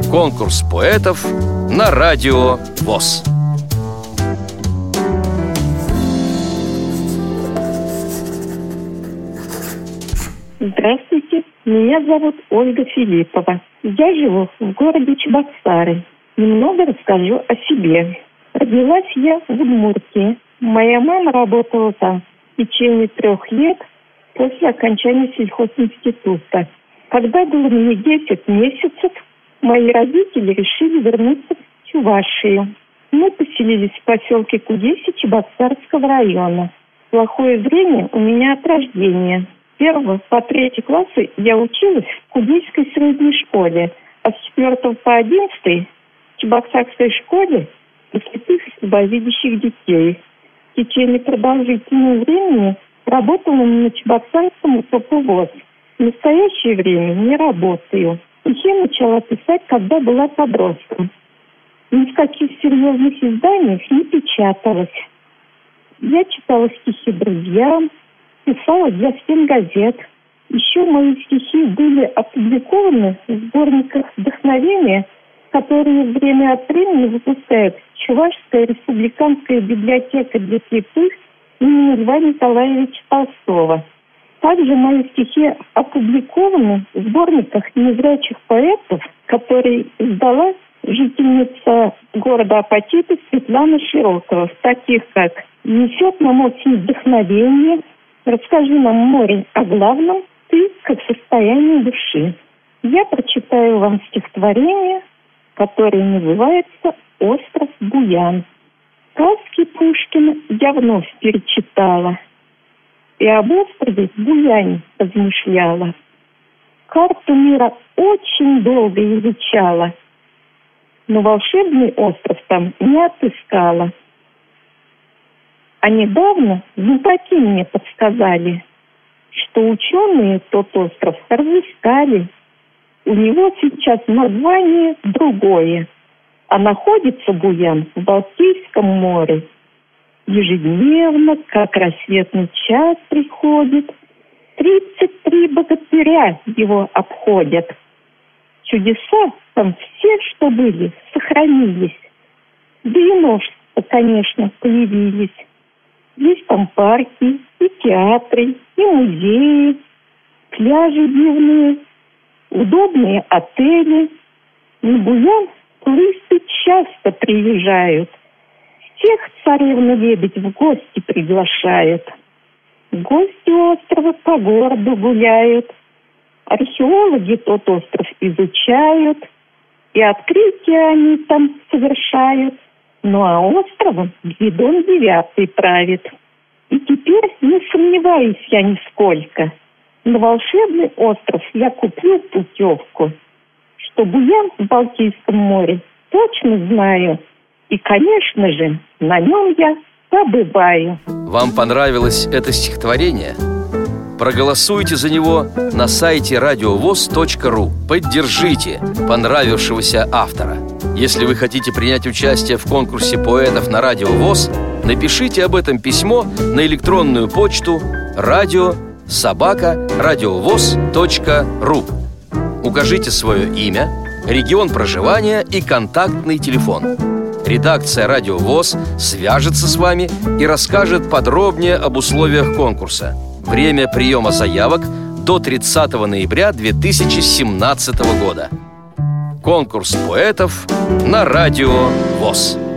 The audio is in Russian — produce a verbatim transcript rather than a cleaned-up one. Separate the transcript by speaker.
Speaker 1: Конкурс поэтов на Радио ВОС.
Speaker 2: Здравствуйте, меня зовут Ольга Филиппова. Я живу в городе Чебоксары. Немного расскажу о себе. Родилась я в Удмуртии. Моя мама работала там в течение трех лет после окончания сельхозинститута. Когда было мне десять месяцев, мои родители решили вернуться в Чувашию. Мы поселились в поселке Кудеси Чебоксарского района. Плохое зрение у меня от рождения. С первого по третий классы я училась в Кудейской средней школе, а с четвертого по одиннадцатый в Чебоксарской школе для слепых и слабовидящих детей. В течение продолжительного времени работала на Чебоксарском УПП-ВОС. В настоящее время не работаю. Стихи начала писать, когда была подростком. Ни в каких серьезных изданиях не печаталась. Я читала стихи друзьям, писала для стенгазет. Еще мои стихи были опубликованы в сборниках вдохновения, которые время от времени выпускает Чувашская республиканская библиотека для слепых имени Льва Николаевича Толстого. Также мои стихи опубликованы в сборниках незрячих поэтов, которые издала жительница города Апатиты Светлана Широкова, в таких как «Несет нам осень вдохновение», «Расскажи нам, море, о главном, ты как состояние души». Я прочитаю вам стихотворение, которое называется «Остров Буян». Сказки Пушкина я вновь перечитала и об острове Буяне размышляла. Карту мира очень долго изучала, но волшебный остров там не отыскала. А недавно знатоки мне подсказали, что ученые тот остров разыскали. У него сейчас название другое, а находится Буян в Балтийском море. Ежедневно, как рассветный час приходит, тридцать три богатыря его обходят. Чудеса там все, что были, сохранились. Да и новшества, конечно, появились. Есть там парки, и театры, и музеи, пляжи дивные, удобные отели. На Буян туристы часто приезжают. Всех царевна-лебедь в гости приглашает. Гости острова по городу гуляют. Археологи тот остров изучают. И открытия они там совершают. Ну а островом Гвидон девятый правит. И теперь не сомневаюсь я нисколько. На волшебный остров я куплю путевку. Что Буян в Балтийском море точно знаю. И, конечно же, на нем я побываю.
Speaker 1: Вам понравилось это стихотворение? Проголосуйте за него на сайте радиовос точка ру. Поддержите понравившегося автора. Если вы хотите принять участие в конкурсе поэтов на Радио ВОС, напишите об этом письмо на электронную почту радио собака радиовос точка ру. Укажите свое имя, регион проживания и контактный телефон. Редакция Радио ВОС свяжется с вами и расскажет подробнее об условиях конкурса. Время приема заявок до тридцатого ноября две тысячи семнадцатого года. Конкурс поэтов на Радио ВОС.